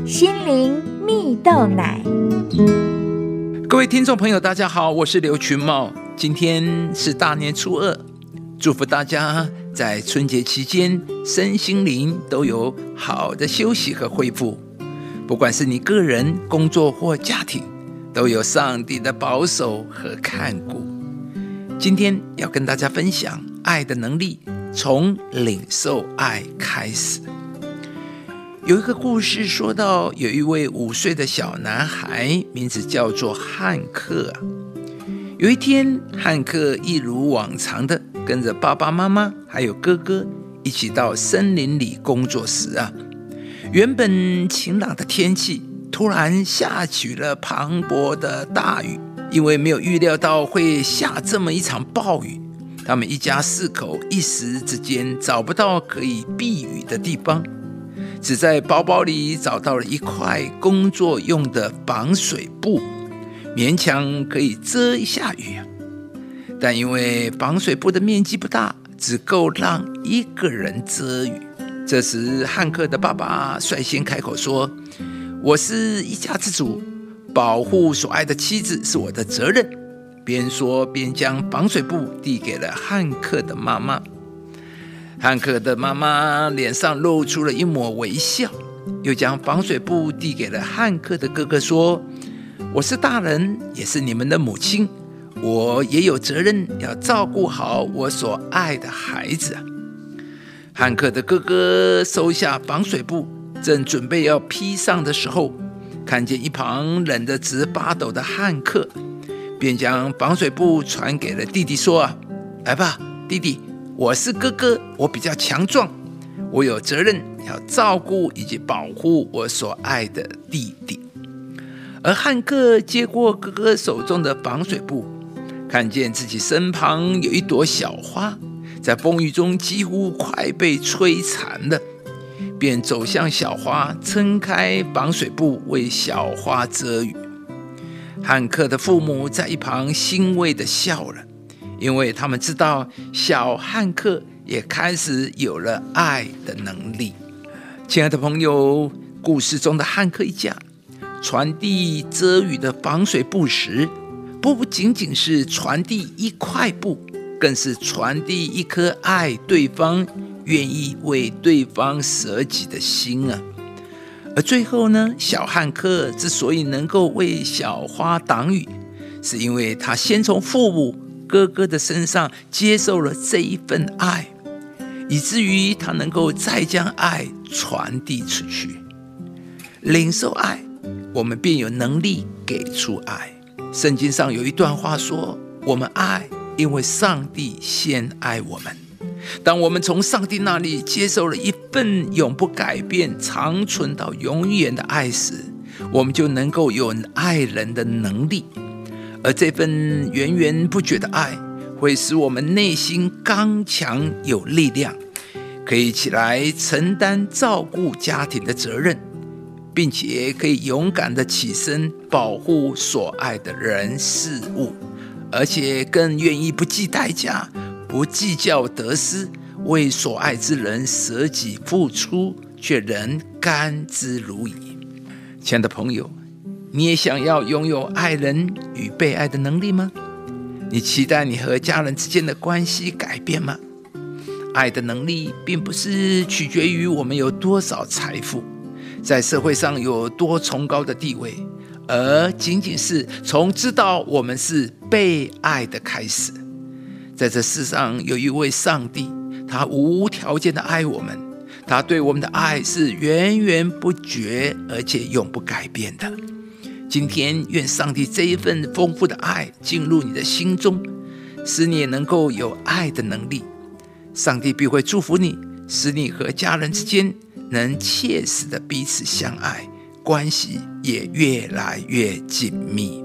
心灵蜜豆奶。 各位听众朋友大家好，我是刘群茂。今天是大年初二，祝福大家在春节期间身心灵都有好的休息和恢复，不管是你个人、工作或家庭，都有上帝的保守和看顾。今天要跟大家分享爱的能力，从领受爱开始。有一个故事说到，有一位5岁的小男孩，名字叫做汉克。有一天，汉克一如往常的跟着爸爸妈妈还有哥哥一起到森林里工作时原本晴朗的天气突然下起了磅礴的大雨。因为没有预料到会下这么一场暴雨，他们一家4口一时之间找不到可以避雨的地方，只在包包里找到了一块工作用的防水布，勉强可以遮一下雨。但因为防水布的面积不大，只够让一个人遮雨。这时汉克的爸爸率先开口说：“我是一家之主，保护所爱的妻子是我的责任。”边说边将防水布递给了汉克的妈妈。汉克的妈妈脸上露出了一抹微笑，又将防水布递给了汉克的哥哥，说：“我是大人，也是你们的母亲，我也有责任要照顾好我所爱的孩子。”汉克的哥哥收下防水布，正准备要披上的时候，看见一旁冷得直发抖的汉克，便将防水布传给了弟弟，说：“来吧，弟弟，我是哥哥，我比较强壮，我有责任要照顾以及保护我所爱的弟弟。”而汉克接过哥哥手中的防水布，看见自己身旁有一朵小花，在风雨中几乎快被摧残了，便走向小花，撑开防水布为小花遮雨。汉克的父母在一旁欣慰地笑了，因为他们知道小汉克也开始有了爱的能力。亲爱的朋友，故事中的汉克一家传递遮雨的防水布时，不仅仅是传递一块布，更是传递一颗爱对方、愿意为对方舍己的心啊。而最后呢，小汉克之所以能够为小花挡雨，是因为他先从父母、哥哥的身上接受了这一份爱，以至于他能够再将爱传递出去。领受爱，我们便有能力给出爱。圣经上有一段话说：“我们爱，因为上帝先爱我们。”当我们从上帝那里接受了一份永不改变、长存到永远的爱时，我们就能够有爱人的能力。而这份源源不绝的爱，会使我们内心刚强有力量，可以起来承担照顾家庭的责任，并且可以勇敢地起身保护所爱的人事物，而且更愿意不计代价、不计较得失，为所爱之人舍己付出，却仍甘之如饴。亲爱的朋友，你也想要拥有爱人与被爱的能力吗？你期待你和家人之间的关系改变吗？爱的能力并不是取决于我们有多少财富，在社会上有多崇高的地位，而仅仅是从知道我们是被爱的开始。在这世上有一位上帝，他无条件的爱我们，他对我们的爱是源源不绝，而且永不改变的。今天愿上帝这一份丰富的爱进入你的心中，使你也能够有爱的能力。上帝必会祝福你，使你和家人之间能切实的彼此相爱，关系也越来越紧密。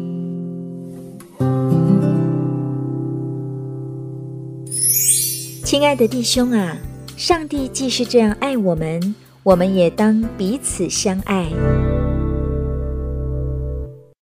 亲爱的弟兄啊，上帝既是这样爱我们，我们也当彼此相爱。